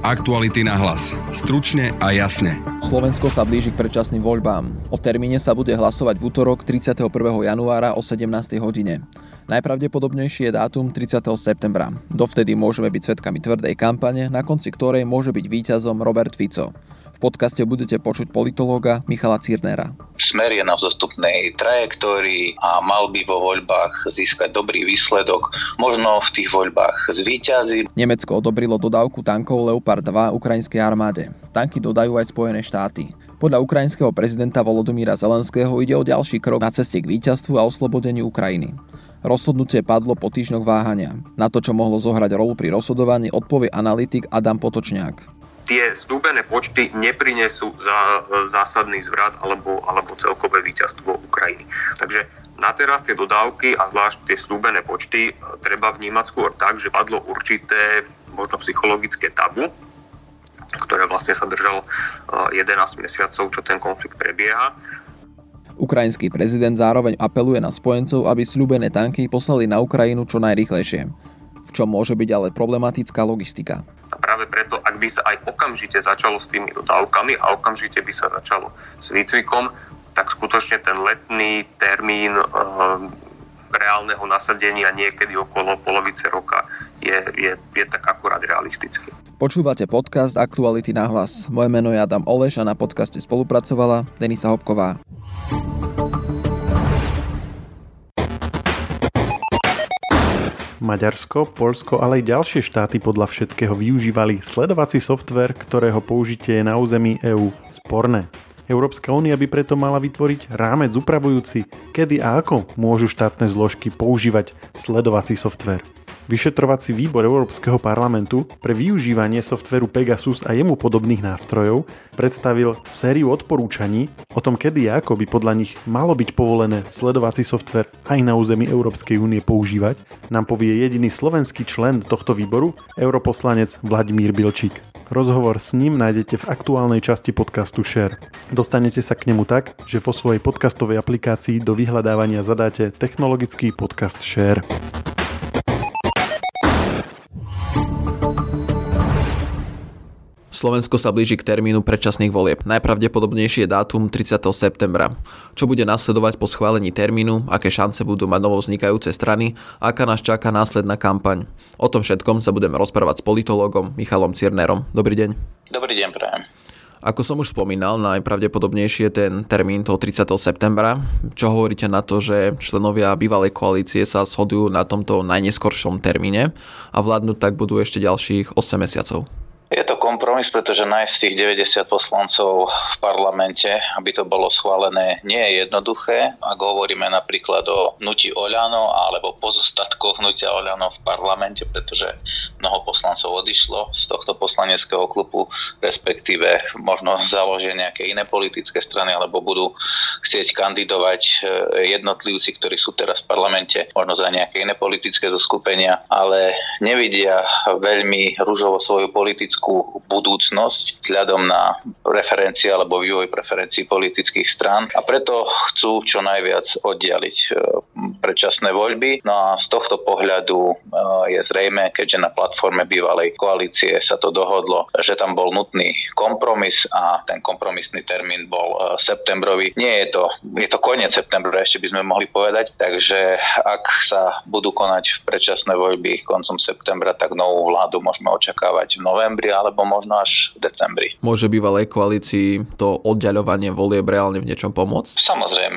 Aktuality na hlas. Stručne a jasne. Slovensko sa blíži k predčasným voľbám. O termíne sa bude hlasovať v utorok 31. januára o 17. hodine. Najpravdepodobnejší je dátum 30. septembra. Dovtedy môžeme byť svedkami tvrdej kampane, na konci ktorej môže byť víťazom Robert Fico. V podcaste budete počuť politológa Michala Cirnera. Smer je na vzostupnej trajektórii a mal by vo voľbách získať dobrý výsledok. Možno v tých voľbách zvíťazí. Nemecko odobrilo dodávku tankov Leopard 2 ukrajinskej armáde. Tanky dodajú aj Spojené štáty. Podľa ukrajinského prezidenta Volodymyra Zelenského ide o ďalší krok na ceste k víťazstvu a oslobodeniu Ukrajiny. Rozhodnutie padlo po týždňoch váhania. Na to, čo mohlo zohrať rolu pri rozhodovaní, odpovie analytik Adam Potočniak. Tie slúbené počty neprinesú zásadný zvrat alebo celkové víťazstvo Ukrajiny. Takže na teraz tie dodávky a zvlášť tie slúbené počty treba vnímať skôr tak, že padlo určité možno psychologické tabu, ktoré vlastne sa držalo 11 mesiacov, čo ten konflikt prebieha. Ukrajinský prezident zároveň apeluje na spojencov, aby sľúbené tanky poslali na Ukrajinu čo najrýchlejšie. V čom môže byť ale problematická logistika. A práve preto, ak by sa aj okamžite začalo s tými dodávkami a okamžite by sa začalo s výcvikom, tak skutočne ten letný termín reálneho nasadenia niekedy okolo polovice roka je tak akurát realistický. Počúvate podcast Aktuality na hlas. Moje meno je Adam Oleš a na podcaste spolupracovala Denisa Hopková. Maďarsko, Poľsko, ale aj ďalšie štáty podľa všetkého využívali sledovací softvér, ktorého použitie je na území EÚ sporné. Európska únia by preto mala vytvoriť rámec upravujúci, kedy a ako môžu štátne zložky používať sledovací softvér. Vyšetrovací výbor Európskeho parlamentu pre využívanie softvéru Pegasus a jemu podobných nástrojov predstavil sériu odporúčaní o tom, kedy a ako by podľa nich malo byť povolené sledovací softvér aj na území Európskej únie používať, nám povie jediný slovenský člen tohto výboru, europoslanec Vladimír Bilčík. Rozhovor s ním nájdete v aktuálnej časti podcastu Share. Dostanete sa k nemu tak, že vo svojej podcastovej aplikácii do vyhľadávania zadáte technologický podcast Share. Slovensko sa blíži k termínu predčasných volieb. Najpravdepodobnejší je dátum 30. septembra. Čo bude nasledovať po schválení termínu, aké šance budú mať novovznikajúce strany, aká nás čaká následná kampaň. O tom všetkom sa budeme rozprávať s politológom Michalom Cirnerom. Dobrý deň. Dobrý deň, prajem. Ako som už spomínal, najpravdepodobnejšie je ten termín toho 30. septembra. Čo hovoríte na to, že členovia bývalej koalície sa shodujú na tomto najneskoršom termíne a vládnuť tak budú ešte ďalších 8 mesiacov? Je to kompromis, pretože nájsť tých 90 poslancov v parlamente, aby to bolo schválené, nie je jednoduché. Ak hovoríme napríklad o hnutí Oľano alebo pozostatkoch hnutia Oľano v parlamente, pretože mnoho poslancov odišlo z tohto poslaneckého klubu, respektíve možno založia nejaké iné politické strany alebo budú chcieť kandidovať jednotlivci, ktorí sú teraz v parlamente, možno za nejaké iné politické zoskupenia, ale nevidia veľmi ružovo svoju politickú budúcnosť vzhľadom na preferencie alebo vývoj preferencií politických strán a preto chcú čo najviac oddialiť predčasné voľby. No a z tohto pohľadu je zrejme, keďže na platforme bývalej koalície sa to dohodlo, že tam bol nutný kompromis a ten kompromisný termín bol septembrový. Nie je to koniec septembra, ešte by sme mohli povedať, takže ak sa budú konať predčasné voľby koncom septembra, tak novú vládu môžeme očakávať v novembri alebo možno až v decembri. Môže bývalej koalícii to oddiaľovanie volieb reálne v niečom pomôcť? Samozrejme,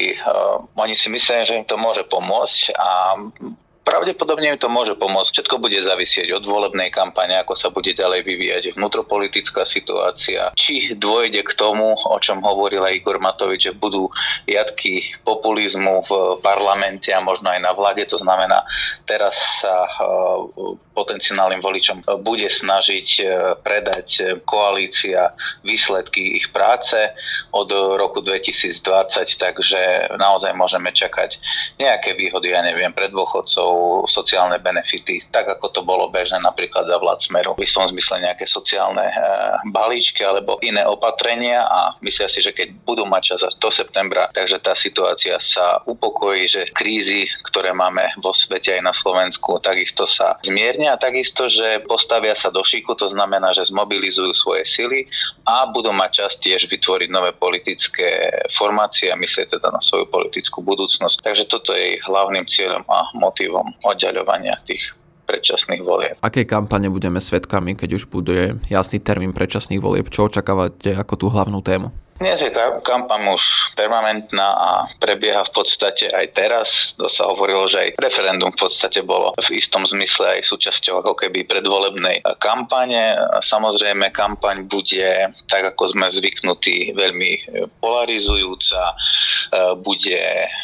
oni si myslia, že im to môže pomôcť a pravdepodobne im to môže pomôcť. Všetko bude závisieť od volebnej kampane, ako sa bude ďalej vyvíjať vnútropolitická situácia. Či dôjde k tomu, o čom hovoril aj Igor Matovič, že budú jatky populizmu v parlamente a možno aj na vláde. To znamená, teraz sa potenciálnym voličom bude snažiť predať koalícia výsledky ich práce od roku 2020, takže naozaj môžeme čakať nejaké výhody, pre dôchodcov, dostanú sociálne benefity, tak ako to bolo bežné napríklad za vlád Smeru. V istom zmysle nejaké sociálne balíčky alebo iné opatrenia a myslia si, že keď budú mať čas do septembra, takže tá situácia sa upokojí, že krízy, ktoré máme vo svete aj na Slovensku, takisto sa zmiernia a takisto, že postavia sa do šiku, to znamená, že zmobilizujú svoje sily a budú mať čas tiež vytvoriť nové politické formácie a myslieť teda na svoju politickú budúcnosť. Takže toto je hlavným cieľom a motivom oddaľovania tých predčasných volieb. Aké kampane budeme svedkami, keď už bude jasný termín predčasných volieb? Čo očakávate ako tú hlavnú tému? Dnes je kampaň už permanentná a prebieha v podstate aj teraz. To sa hovorilo, že aj referendum v podstate bolo v istom zmysle aj súčasťou ako keby predvolebnej kampane. Samozrejme, kampaň bude, tak ako sme zvyknutí, veľmi polarizujúca, bude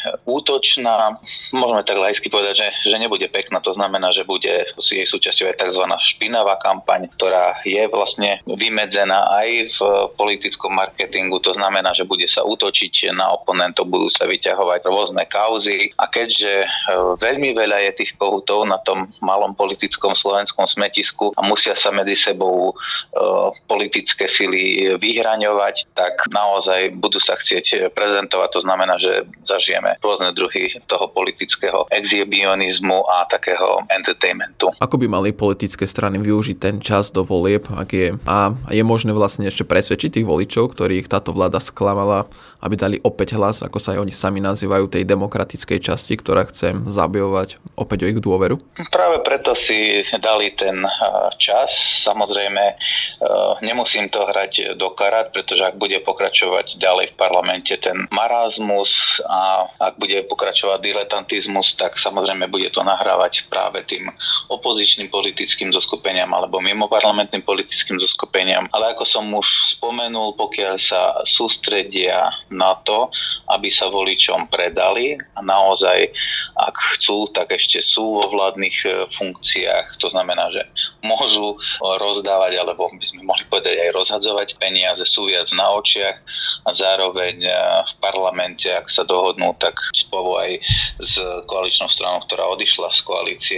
útočná. Môžeme tak laicky povedať, že nebude pekná. To znamená, že bude jej súčasťou aj tzv. Špinavá kampaň, ktorá je vlastne vymedzená aj v politickom marketingu. To znamená, že bude sa útočiť na oponentov, budú sa vyťahovať rôzne kauzy a keďže veľmi veľa je tých kohutov na tom malom politickom slovenskom smetisku a musia sa medzi sebou politické sily vyhraňovať, tak naozaj budú sa chcieť prezentovať. To znamená, že zažijeme rôzne druhy toho politického exhibionizmu a takého entertainmentu. Ako by mali politické strany využiť ten čas do volieb, a je možné vlastne ešte presvedčiť tých voličov, ktorých táto vláda sklamala, aby dali opäť hlas, ako sa aj oni sami nazývajú, tej demokratickej časti, ktorá chce zabojovať opäť o ich dôveru? Práve preto si dali ten čas. Samozrejme, nemusím to hrať do karát, pretože ak bude pokračovať ďalej v parlamente ten marazmus a ak bude pokračovať diletantizmus, tak samozrejme bude to nahrávať práve tým opozičným politickým zoskupeniam alebo mimoparlamentným politickým zoskupeniam. Ale ako som už spomenul, pokiaľ sa sústredia na to, aby sa voličom predali a naozaj, ak chcú, tak ešte sú vo vládnych funkciách. To znamená, že môžu rozdávať, alebo by sme mohli povedať aj rozhadzovať peniaze, sú viac na očiach a zároveň v parlamente, ak sa dohodnú, tak spolu aj s koaličnou stranou, ktorá odišla z koalície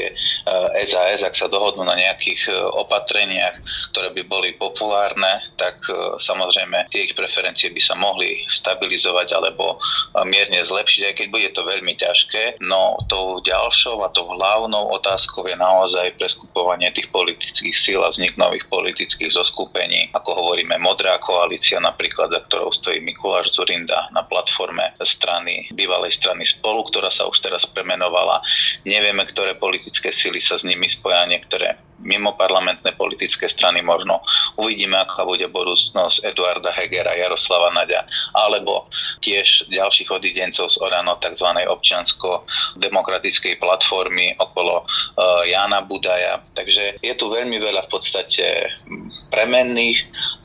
SAS, ak sa dohodnú na nejakých opatreniach, ktoré by boli populárne, tak samozrejme tie ich preferencie by sa mohli stabilizovať alebo mierne zlepšiť, aj keď bude to veľmi ťažké. No tou ďalšou a tou hlavnou otázkou je naozaj preskupovanie tých politických síl a vznik nových politických zoskupení. Ako hovoríme, Modrá koalícia napríklad, za ktorou stojí Mikuláš Dzurinda na platforme bývalej strany Spolu, ktorá sa už teraz premenovala. Nevieme, ktoré politické síly sa s nimi spoja, niektoré mimoparlamentné politické strany možno. Uvidíme, aká bude budúcnosť Eduarda Hegera, Jaroslava Naďa, alebo tiež ďalších odidencov z Orano, tzv. Občiansko-demokratickej platformy okolo Jána Budaja. Takže je tu veľmi veľa v podstate premenných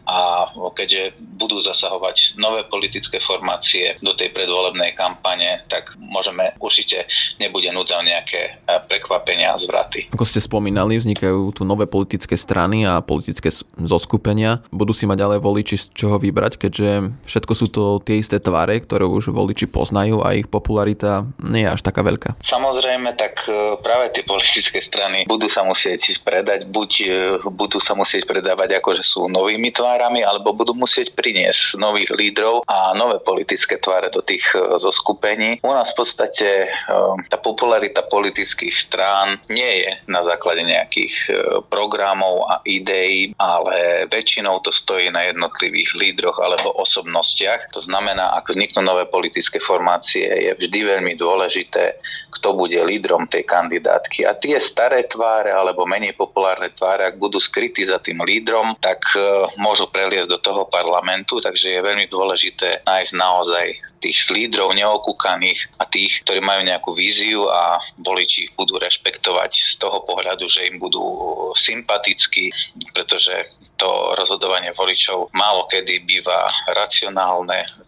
a keďže budú zasahovať nové politické formácie do tej predvolebnej kampane, tak určite nebude núdza nejaké prekvapenia a zvraty. Ako ste spomínali, vznikajú tu nové politické strany a politické zoskupenia. Budú si mať ale voliči z čoho vybrať, keďže všetko sú to tie isté tváre, ktoré už voliči poznajú a ich popularita nie je až taká veľká. Samozrejme, tak práve tie politické strany budú sa musieť predať, buď budú sa musieť predávať ako, že sú novými tvárami, alebo budú musieť priniesť nových lídrov a nové politické tváre do tých zoskupení. U nás v podstate tá popularita politických strán nie je na základe nejakých programov a ideí, ale väčšinou to stojí na jednotlivých lídroch alebo osobnostiach. To znamená, ak vzniknú nové politické formácie, je vždy veľmi dôležité, kto bude lídrom tej kandidátky. A tie staré tváre alebo menej populárne tváre, ak budú skrytí za tým lídrom, tak môžu preliesť do toho parlamentu, takže je veľmi dôležité nájsť naozaj tých lídrov neokúkaných a tých, ktorí majú nejakú víziu a voliči ich budú rešpektovať z toho pohľadu, že im budú sympatickí, pretože to rozhodovanie voličov málo kedy býva racionálne,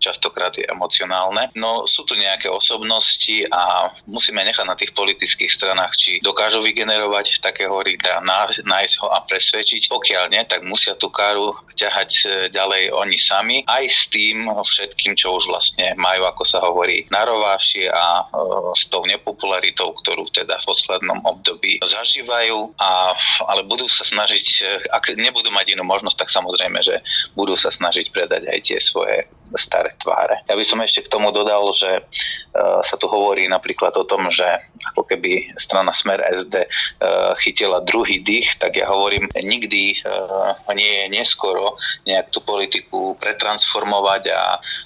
častokrát je emocionálne. No sú tu nejaké osobnosti a musíme nechať na tých politických stranách, či dokážu vygenerovať takého lídra, nájsť ho a presvedčiť. Pokiaľ nie, tak musia tú káru ťahať ďalej oni sami, aj s tým všetkým, čo už vlastne majú, ako sa hovorí, na rováši a s tou nepopularitou, ktorú teda v poslednom období zažívajú, ale budú sa snažiť, ak nebudú mať inú možnosť, tak samozrejme, že budú sa snažiť predať aj tie svoje staré tváre. Ja by som ešte k tomu dodal, že sa tu hovorí napríklad o tom, že ako keby strana Smer SD chytila druhý dých, tak ja hovorím, nikdy nie je neskoro nejak tú politiku pretransformovať a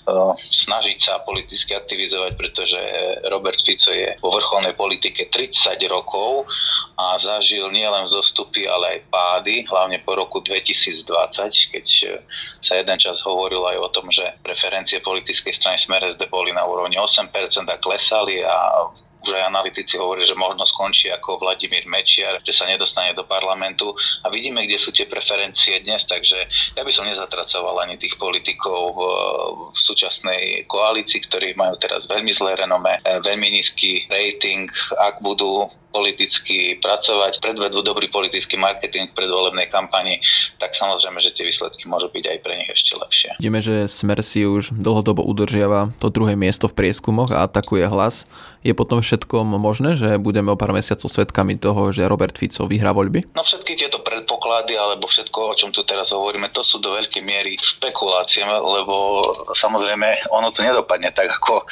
snažiť sa politicky aktivizovať, pretože Robert Fico je vo vrcholnej politike 30 rokov a zažil nielen zostupy, ale aj pády, hlavne po roku 2020, keď sa jeden čas hovoril aj o tom, že preferencie politickej strany Smer SD boli na úrovni 8% a klesali a už aj analytici hovorí, že možno skončí ako Vladimír Mečiar, že sa nedostane do parlamentu a vidíme, kde sú tie preferencie dnes, takže ja by som nezatracoval ani tých politikov v súčasnej koalícii, ktorí majú teraz veľmi zlé renome, veľmi nízky rating, ak budú politicky pracovať, predvedú dobrý politický marketing v predvolebnej kampani, tak samozrejme, že tie výsledky môžu byť aj pre nich ešte lepšie. Vidíme, že Smer si už dlhodobo udržiava to druhé miesto v prieskumoch a atakuje Hlas. Je potom všetkom možné, že budeme o pár mesiacov svedkami toho, že Robert Fico vyhrá voľby? No všetky tieto predpoklady alebo všetko, o čom tu teraz hovoríme, to sú do veľkej miery špekulácie, lebo samozrejme ono to nedopadne tak,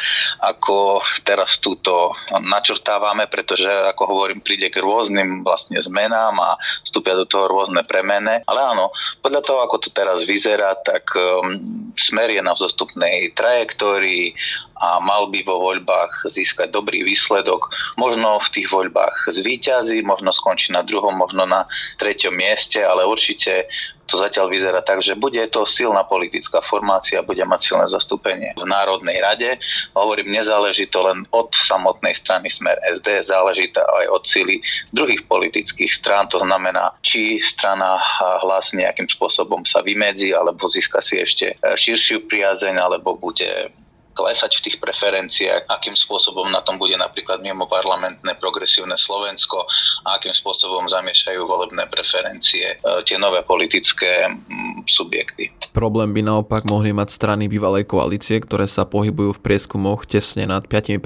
ako teraz túto načrtávame, pretože ako hovorím, príde k rôznym vlastne zmenám a vstúpia do toho rôzne premene. Ale áno, podľa toho, ako to teraz vyzerá, tak Smer je na vzostupnej trajektórii a mal by vo voľbách získať dobrý výsledok. Možno v tých voľbách zvíťazí, možno skončí na druhom, možno na treťom mieste, ale určite to zatiaľ vyzerá tak, že bude to silná politická formácia, bude mať silné zastúpenie v Národnej rade. Hovorím, nezáleží to len od samotnej strany Smer SD, záleží to aj od sily druhých politických strán, to znamená, či strana Hlas nejakým spôsobom sa vymedzí, alebo získa si ešte širšiu priazeň, alebo bude klesať v tých preferenciách, akým spôsobom na tom bude napríklad mimo parlamentné progresívne Slovensko a akým spôsobom zamiešajú volebné preferencie tie nové politické subjekty. Problém by naopak mohli mať strany bývalej koalície, ktoré sa pohybujú v prieskumoch tesne nad 5%.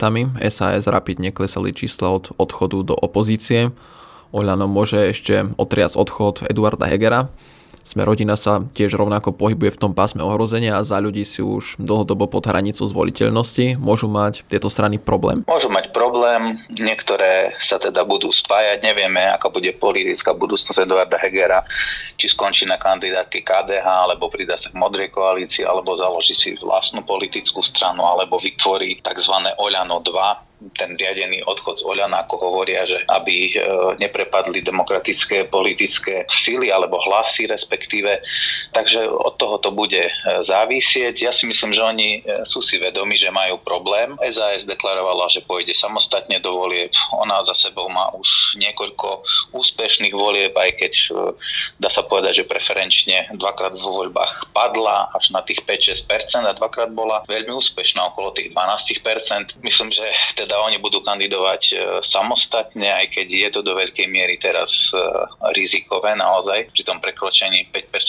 SAS rapidne klesali čísla od odchodu do opozície. Oľano môže ešte otriasť odchod Eduarda Hegera. Smer-rodina sa tiež rovnako pohybuje v tom pásme ohrozenia a za ľudí si už dlhodobo pod hranicou zvoliteľnosti. Môžu mať tieto strany problém? Môžu mať problém, niektoré sa teda budú spájať, nevieme, aká bude politická budúcnosť Eduarda Hegera, či skončí na kandidátke KDH, alebo pridá sa k modrej koalícii, alebo založí si vlastnú politickú stranu, alebo vytvorí tzv. Oľano 2, ten riadený odchod z Oľana, ako hovoria, že aby neprepadli demokratické politické sily alebo hlasy respektíve. Takže od toho to bude závisieť. Ja si myslím, že oni sú si vedomi, že majú problém. SAS deklarovala, že pôjde samostatne do volieb. Ona za sebou má už niekoľko úspešných volieb, aj keď dá sa povedať, že preferenčne dvakrát vo voľbách padla až na tých 5-6% a dvakrát bola veľmi úspešná, okolo tých 12%. Myslím, že teda oni budú kandidovať samostatne, aj keď je to do veľkej miery teraz rizikové naozaj pri tom prekročení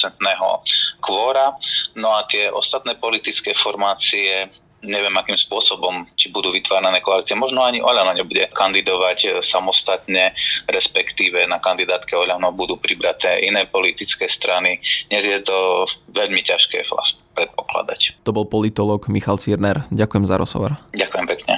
5% kvóra. No a tie ostatné politické formácie, neviem akým spôsobom, či budú vytvárané koalície. Možno ani Oľano nebude kandidovať samostatne, respektíve na kandidátke Oľano budú pribraté iné politické strany. Dnes je to veľmi ťažké predpokladať. To bol politológ Michal Cirner. Ďakujem za rozhovor. Ďakujem pekne.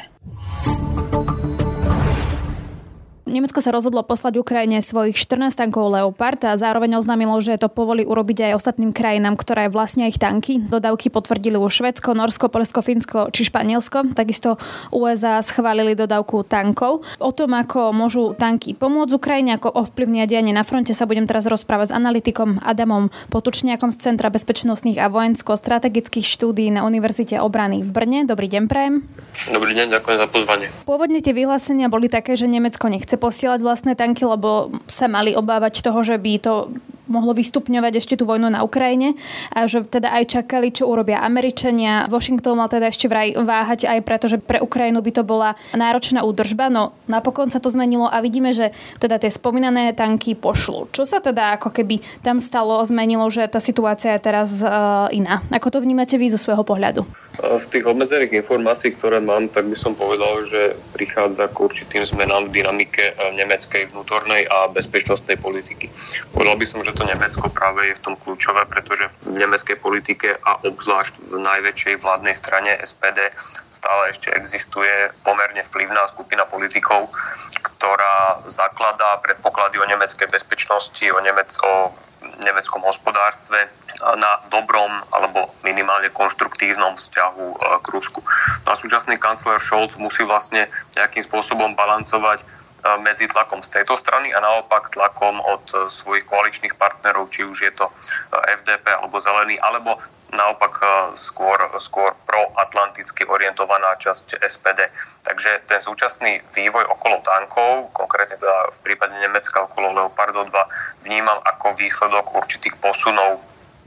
Nemecko sa rozhodlo poslať Ukrajine svojich 14 tankov Leopard a zároveň oznámilo, že to povolí urobiť aj ostatným krajinám, ktoré vlastnia ich tanky. Dodávky potvrdili už Švédsko, Norsko, Poľsko, Fínsko či Španielsko. Takisto USA schválili dodávku tankov. O tom, ako môžu tanky pomôcť Ukrajine, ako ovplyvnia dianie na fronte, sa budem teraz rozprávať s analytikom Adamom Potučniakom z Centra bezpečnostných a vojensko-strategických štúdií na Univerzite obrany v Brne. Dobrý deň, prajem. Dobrý deň, ďakujem za pozvanie. Pôvodne tie vyhlásenia boli také, že Nemecko nechce posielať vlastné tanky, lebo sa mali obávať toho, že by to mohlo vystupňovať ešte tú vojnu na Ukrajine a že teda aj čakali, čo urobia Američania. Washington mal teda ešte vraj váhať aj preto, že pre Ukrajinu by to bola náročná údržba, no napokon sa to zmenilo a vidíme, že teda tie spomínané tanky pošlú. Čo sa teda ako keby tam stalo, zmenilo, že tá situácia je teraz iná? Ako to vnímate vy zo svojho pohľadu? Z tých obmedzených informácií, ktoré mám, tak by som povedal, že prichádza k určitým zmenám v dynamike nemeckej vnútornej a bezpečnostnej politiky. Povedal by som, že to Nemecko práve je v tom kľúčové, pretože v nemeckej politike a obzvlášť v najväčšej vládnej strane SPD stále ešte existuje pomerne vplyvná skupina politikov, ktorá zakladá predpoklady o nemeckej bezpečnosti, o nemeckom hospodárstve na dobrom alebo minimálne konštruktívnom vzťahu k Rusku. No a súčasný kancler Scholz musí vlastne nejakým spôsobom balancovať medzi tlakom z tejto strany a naopak tlakom od svojich koaličných partnerov, či už je to FDP alebo Zelený, alebo naopak skôr proatlanticky orientovaná časť SPD. Takže ten súčasný vývoj okolo tankov, konkrétne teda v prípade Nemecka okolo Leopardov 2, vnímam ako výsledok určitých posunov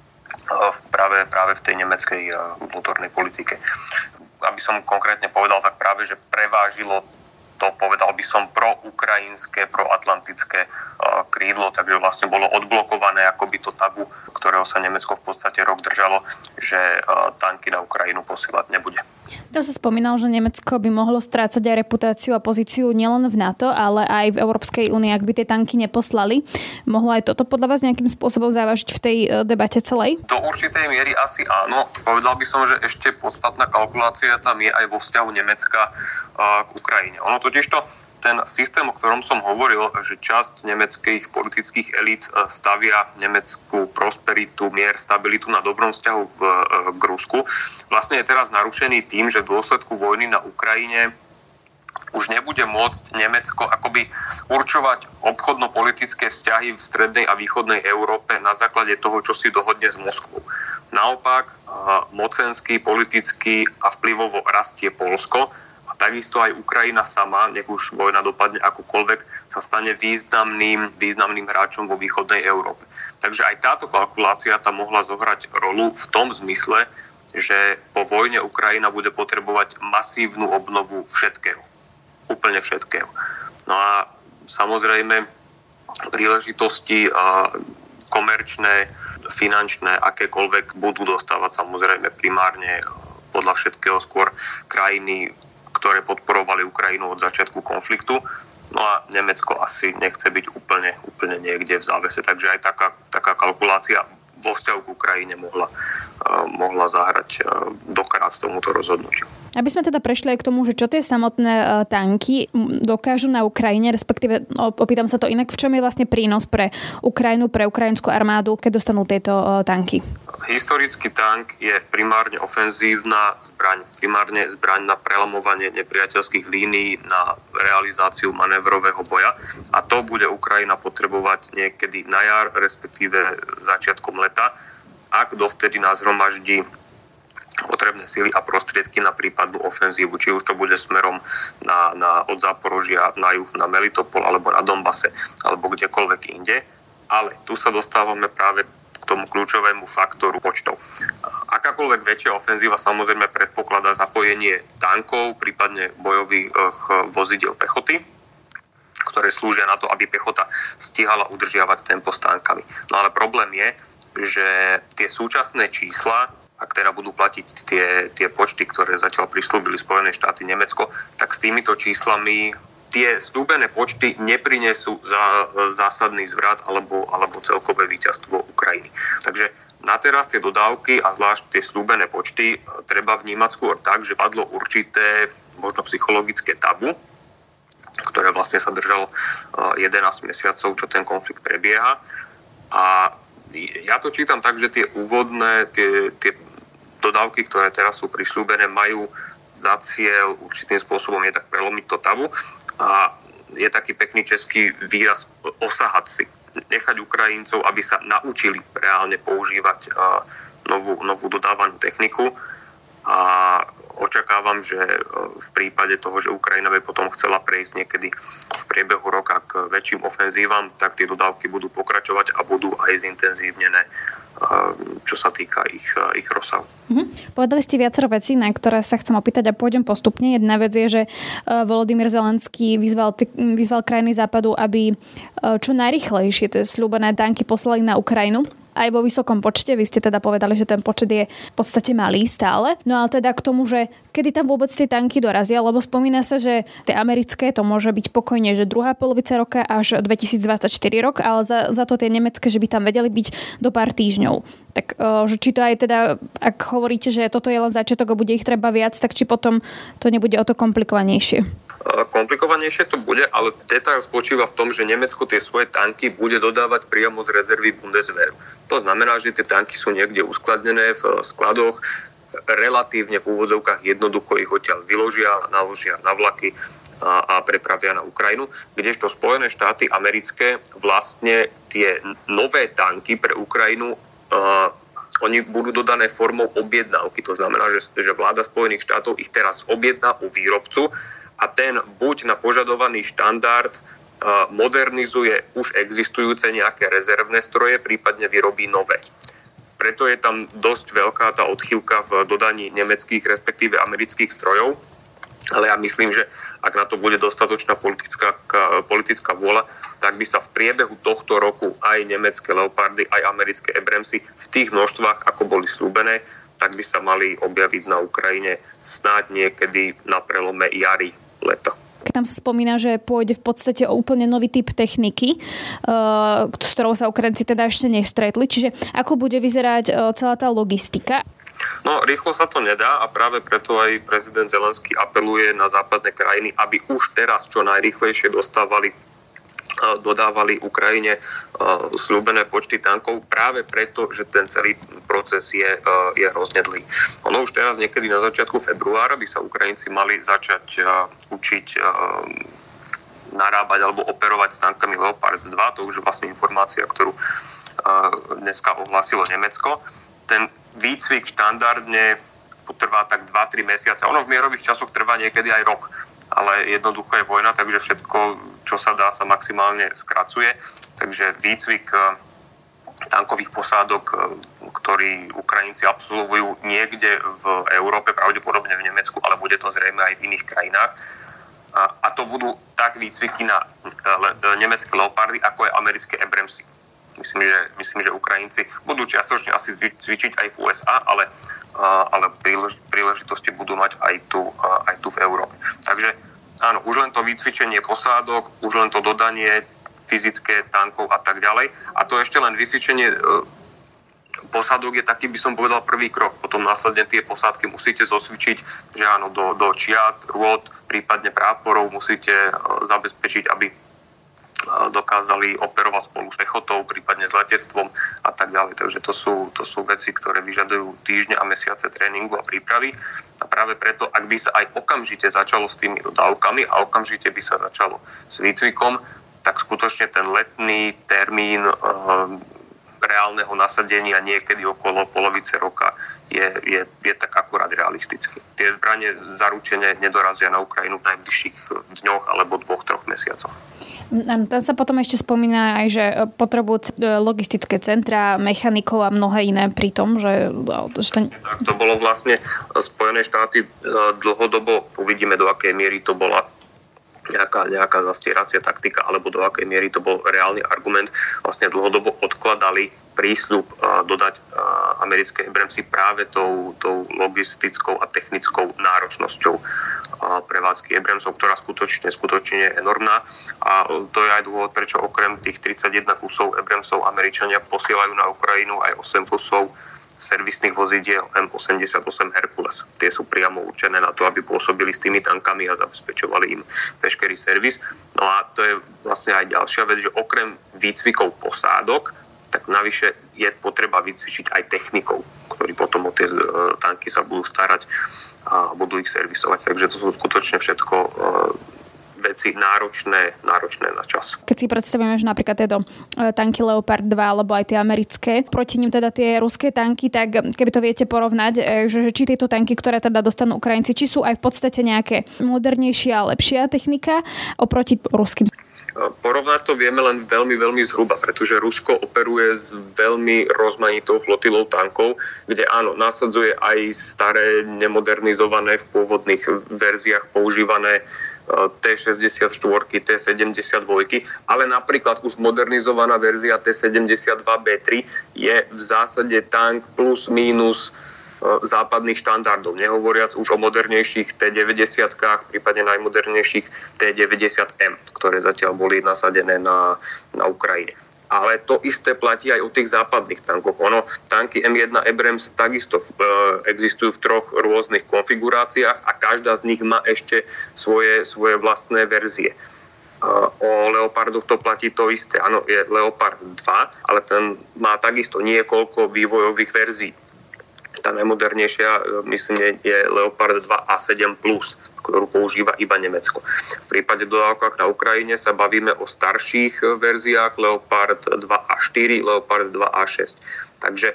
práve v tej nemeckej vnútornej politike. Aby som konkrétne povedal, tak práve, že prevážilo to, povedal by som, pro-ukrajinské, proatlantické krídlo, takže vlastne bolo odblokované akoby to tabu, ktorého sa Nemecko v podstate rok držalo, že tanky na Ukrajinu posielať nebude. Tam sa spomínal, že Nemecko by mohlo strácať aj reputáciu a pozíciu nielen v NATO, ale aj v Európskej únii, ak by tie tanky neposlali. Mohlo aj toto podľa vás nejakým spôsobom závažiť v tej debate celej? Do určitej miery asi áno. Povedal by som, že ešte podstatná kalkulácia tam je aj vo vzťahu Nemecka k Ukrajine. Ono totižto ten systém, o ktorom som hovoril, že časť nemeckých politických elít stavia nemeckú prosperitu, mier, stabilitu na dobrom vzťahu k Rusku, vlastne je teraz narušený tým, že v dôsledku vojny na Ukrajine už nebude môcť Nemecko akoby určovať obchodno-politické vzťahy v strednej a východnej Európe na základe toho, čo si dohodne s Moskvou. Naopak, mocenský, politický a vplyvovo rastie Poľsko, takisto aj Ukrajina sama, nech už vojna dopadne akokoľvek, sa stane významným hráčom vo východnej Európe. Takže aj táto kalkulácia tam mohla zohrať rolu v tom zmysle, že po vojne Ukrajina bude potrebovať masívnu obnovu všetkého. Úplne všetkého. No a samozrejme príležitosti komerčné, finančné, akékoľvek budú dostávať samozrejme primárne podľa všetkého skôr krajiny, ktoré podporovali Ukrajinu od začiatku konfliktu. No a Nemecko asi nechce byť úplne niekde v závese. Takže aj taká kalkulácia vo vzťahu k Ukrajine mohla zahrať dokrát tomuto rozhodnutiu. Aby sme teda prešli aj k tomu, že čo tie samotné tanky dokážu na Ukrajine, respektíve opýtam sa to inak, v čom je vlastne prínos pre Ukrajinu, pre ukrajinskú armádu, keď dostanú tieto tanky? Historický tank je primárne ofenzívna zbraň, primárne zbraň na prelamovanie nepriateľských línií, na realizáciu manévrového boja a to bude Ukrajina potrebovať niekedy na jar, respektíve začiatkom leta, ak dovtedy nazhromaždí potrebné sily a prostriedky na prípadnú ofenzívu, či už to bude smerom od Záporožia na juh, na Melitopol alebo na Donbase, alebo kdekoľvek inde. Ale tu sa dostávame práve k tomu kľúčovému faktoru počtov. Akákoľvek väčšia ofenzíva samozrejme predpokladá zapojenie tankov, prípadne bojových vozidiel pechoty, ktoré slúžia na to, aby pechota stíhala udržiavať tempo s tankami. No ale problém je, že tie súčasné čísla, ak teda budú platiť tie počty, ktoré zatiaľ prislúbili Spojené štáty, Nemecko, tak s týmito číslami tie slúbené počty neprinesú zásadný zvrat alebo celkové víťazstvo Ukrajiny. Takže na teraz tie dodávky a zvlášť tie slúbené počty treba vnímať skôr tak, že padlo určité možno psychologické tabu, ktoré vlastne sa držalo 11 mesiacov, čo ten konflikt prebieha. A ja to čítam tak, že tie úvodné, tie dodávky, ktoré teraz sú prisľúbené, majú za cieľ určitým spôsobom je tak prelomiť to tabu a je taký pekný český výraz osahať si. Nechať Ukrajincov, aby sa naučili reálne používať novú dodávanú techniku a očakávam, že v prípade toho, že Ukrajina by potom chcela prejsť niekedy v priebehu roka k väčším ofenzívam, tak tie dodávky budú pokračovať a budú aj zintenzívnené, čo sa týka ich rozsahu. Povedali ste viacero vecí, na ktoré sa chcem opýtať a pôjdem postupne. Jedna vec je, že Volodymyr Zelenský vyzval krajiny západu, aby čo najrýchlejšie tie sľúbené tanky poslali na Ukrajinu. Aj vo vysokom počte, vy ste teda povedali, že ten počet je v podstate malý stále. No ale teda k tomu, že kedy tam vôbec tie tanky dorazia, lebo spomína sa, že tie americké to môže byť pokojne, že druhá polovica roka až 2024 rok, ale za to tie nemecké, že by tam vedeli byť do pár týždňov. Tak či to aj teda, ak hovoríte, že toto je len začiatok a bude ich treba viac, tak či potom to nebude o to komplikovanejšie? Komplikovanejšie to bude, ale detail spočíva v tom, že Nemecko tie svoje tanky bude dodávať priamo z rezervy Bundeswehru. To znamená, že tie tanky sú niekde uskladnené v skladoch, relatívne v úvodzovkách jednoducho ich odtiaľ vyložia, naložia na vlaky a prepravia na Ukrajinu, kdežto Spojené štáty americké vlastne tie nové tanky pre Ukrajinu oni budú dodané formou objednávky. To znamená, že vláda Spojených štátov ich teraz objedná u výrobcu a ten buď na požadovaný štandard modernizuje už existujúce nejaké rezervné stroje, prípadne vyrobí nové. Preto je tam dosť veľká tá odchýlka v dodaní nemeckých, respektíve amerických strojov. Ale ja myslím, že ak na to bude dostatočná politická vôľa, tak by sa v priebehu tohto roku aj nemecké Leopardy, aj americké Abramsy v tých množstvách, ako boli slúbené, tak by sa mali objaviť na Ukrajine snáď niekedy na prelome jary, leta. Tam sa spomína, že pôjde v podstate o úplne nový typ techniky, s ktorou sa Ukrajinci teda ešte nestretli. Čiže ako bude vyzerať celá tá logistika? No, rýchlo sa to nedá a práve preto aj prezident Zelenský apeluje na západné krajiny, aby už teraz čo najrýchlejšie dodávali Ukrajine sľúbené počty tankov práve preto, že ten celý proces je roznedlý. Ono už teraz niekedy na začiatku februára by sa Ukrajinci mali začať učiť narábať alebo operovať s tankami Leopard 2. To už je vlastne informácia, ktorú dneska ohlásilo Nemecko. Ten výcvik štandardne potrvá tak 2-3 mesiace. Ono v mierových časoch trvá niekedy aj rok, ale jednoducho je vojna, takže všetko, čo sa dá, sa maximálne skracuje. Takže výcvik tankových posádok, ktorý Ukrajinci absolvujú niekde v Európe, pravdepodobne v Nemecku, ale bude to zrejme aj v iných krajinách. A to budú tak výcviky na nemecké Leopardy, ako aj americké Abramsy. Myslím, že Ukrajinci budú čiastočne asi cvičiť aj v USA, ale príležitosti budú mať aj tu v Európe. Takže áno, už len to vycvičenie posádok, už len to dodanie fyzické tankov a tak ďalej. A to ešte len vycvičenie posádok je taký, by som povedal, prvý krok. Potom následne tie posádky musíte zosvičiť, že áno, do čiat, rôd, prípadne práporov musíte zabezpečiť, aby dokázali operovať spolu s pechotou, prípadne s letectvom a tak ďalej. Takže to sú veci, ktoré vyžadujú týždne a mesiace tréningu a prípravy. A práve preto, ak by sa aj okamžite začalo s tými dodávkami a okamžite by sa začalo s výcvikom, tak skutočne ten letný termín reálneho nasadenia niekedy okolo polovice roka je tak akurát realistický. Tie zbranie zaručene nedorazia na Ukrajinu v najbližších dňoch alebo 2-3 mesiacoch. Tam sa potom ešte spomína aj, že potrebujú logistické centra, mechanikov a mnohé iné pri tom, že... Tak to bolo vlastne Spojené štáty dlhodobo, uvidíme do akej miery to bola nejaká zastieracia taktika, alebo do akej miery to bol reálny argument, vlastne dlhodobo odkladali prísľub dodať americké Abramsy práve tou logistickou a technickou náročnosťou prevádzky Abramsov, ktorá skutočne je enormná. A to je aj dôvod, prečo okrem tých 31 kusov Abramsov Američania posielajú na Ukrajinu aj 8 kusov servisných vozidiel M88 Hercules. Tie sú priamo určené na to, aby pôsobili s tými tankami a zabezpečovali im veškerý servis. No a to je vlastne aj ďalšia vec, že okrem výcvikov posádok, tak navyše je potreba vycvičiť aj technikov, ktorí potom o tie tanky sa budú starať a budú ich servisovať. Takže to sú skutočne všetko veci náročné na čas. Keď si predstavíme, že napríklad tieto tanky Leopard 2 alebo aj tie americké, proti nim teda tie ruské tanky, tak keby to viete porovnať, že či tieto tanky, ktoré teda dostanú Ukrajinci, či sú aj v podstate nejaké modernejšia a lepšia technika oproti ruským? Porovnať to vieme len veľmi, veľmi zhruba, pretože Rusko operuje s veľmi rozmanitou flotilou tankov, kde áno, nasadzuje aj staré, nemodernizované v pôvodných verziách používané T-64, T-72, ale napríklad už modernizovaná verzia T-72B3 je v zásade tank plus mínus západných štandardov, nehovoriac už o modernejších T-90-kách, prípadne najmodernejších T-90M, ktoré zatiaľ boli nasadené na Ukrajine. Ale to isté platí aj o tých západných tankoch. Tanky M1 Abrams takisto existujú v 3 rôznych konfiguráciách a každá z nich má ešte svoje vlastné verzie. O Leopardoch to platí to isté. Áno, je Leopard 2, ale ten má takisto niekoľko vývojových verzií. Tá najmodernejšia, myslím, je Leopard 2 A7+, ktorú používa iba Nemecko. V prípade dodávok na Ukrajine sa bavíme o starších verziách Leopard 2 A4, Leopard 2 A6. Takže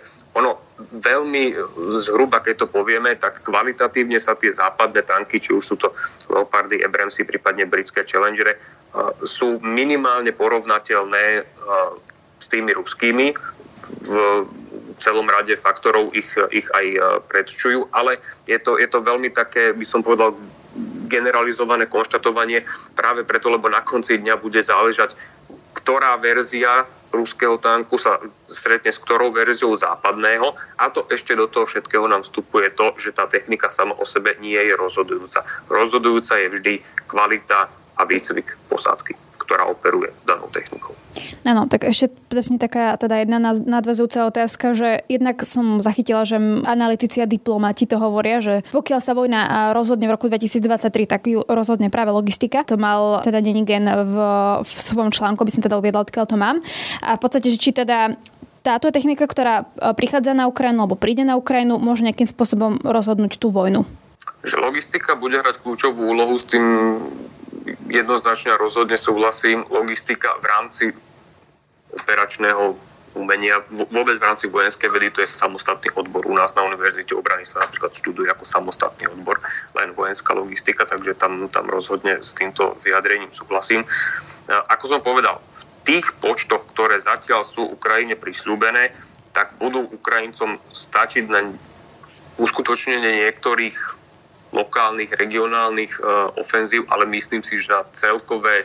veľmi zhruba, keď to povieme, tak kvalitatívne sa tie západné tanky, či už sú to Leopardy, Abramsy, prípadne britské Challengere, sú minimálne porovnateľné s tými ruskými. V celom rade faktorov ich aj predčujú, ale je to veľmi také, by som povedal, generalizované konštatovanie práve preto, lebo na konci dňa bude záležať, ktorá verzia ruského tanku sa stretne s ktorou verziou západného, a to ešte do toho všetkého nám vstupuje to, že tá technika sama o sebe nie je rozhodujúca. Rozhodujúca je vždy kvalita a výcvik posádky, ktorá operuje s danou technikou. Áno, tak ešte presne taká teda jedna nadväzujúca otázka, že jednak som zachytila, že analytici a diplomati to hovoria, že pokiaľ sa vojna rozhodne v roku 2023, tak ju rozhodne práve logistika. To mal teda Denigen v svojom článku, by som teda uviedla, odkiaľ to mám. A v podstate, že či teda táto technika, ktorá prichádza na Ukrajinu alebo príde na Ukrajinu, môže nejakým spôsobom rozhodnúť tú vojnu. Že logistika bude hrať kľúčovú úlohu, s tým jednoznačne rozhodne súhlasím. Logistika v rámci operačného umenia, vôbec v rámci vojenskej vedy, to je samostatný odbor. U nás na Univerzite obrany sa napríklad študuje ako samostatný odbor len vojenská logistika, takže tam rozhodne s týmto vyjadrením súhlasím. Ako som povedal, v tých počtoch, ktoré zatiaľ sú Ukrajine prisľúbené, tak budú Ukrajincom stačiť na uskutočnenie niektorých lokálnych, regionálnych ofenzív, ale myslím si, že na celkové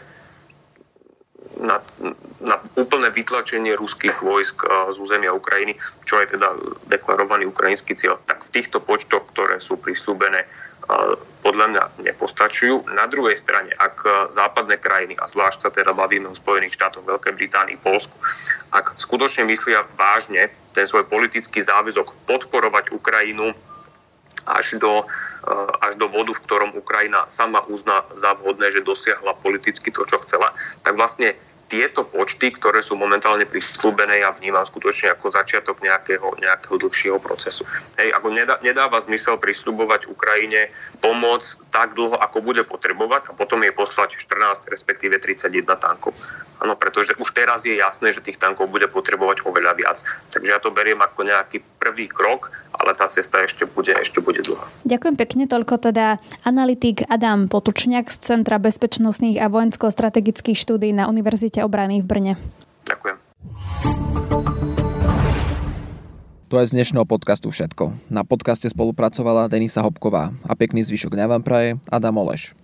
na úplné vytlačenie ruských vojsk z územia Ukrajiny, čo je teda deklarovaný ukrajinský cieľ, tak v týchto počtoch, ktoré sú prisľúbené, podľa mňa nepostačujú. Na druhej strane, ak západné krajiny, a zvlášť sa teda bavíme o Spojených štátoch, Veľkej Británii, Poľsku, ak skutočne myslia vážne ten svoj politický záväzok podporovať Ukrajinu až do bodu, v ktorom Ukrajina sama uzná za vhodné, že dosiahla politicky to, čo chcela, tak vlastne tieto počty, ktoré sú momentálne prisľúbené, ja vnímam skutočne ako začiatok nejakého dlhšieho procesu. Ako nedáva zmysel prisľubovať Ukrajine pomoc tak dlho, ako bude potrebovať, a potom jej poslať 14, respektíve 31 tankov. Áno, pretože už teraz je jasné, že tých tankov bude potrebovať oveľa viac. Takže ja to beriem ako nejaký prvý krok, ale tá cesta ešte bude dlhá. Ďakujem pekne, toľko teda analytik Adam Potučňák z Centra bezpečnostných a vojensko-strategických štúdií na Univerzite obrany v Brne. Ďakujem. To je z dnešného podcastu všetko. Na podcaste spolupracovala Denisa Hopková a pekný zvyšok dňa vám praje Adam Oleš.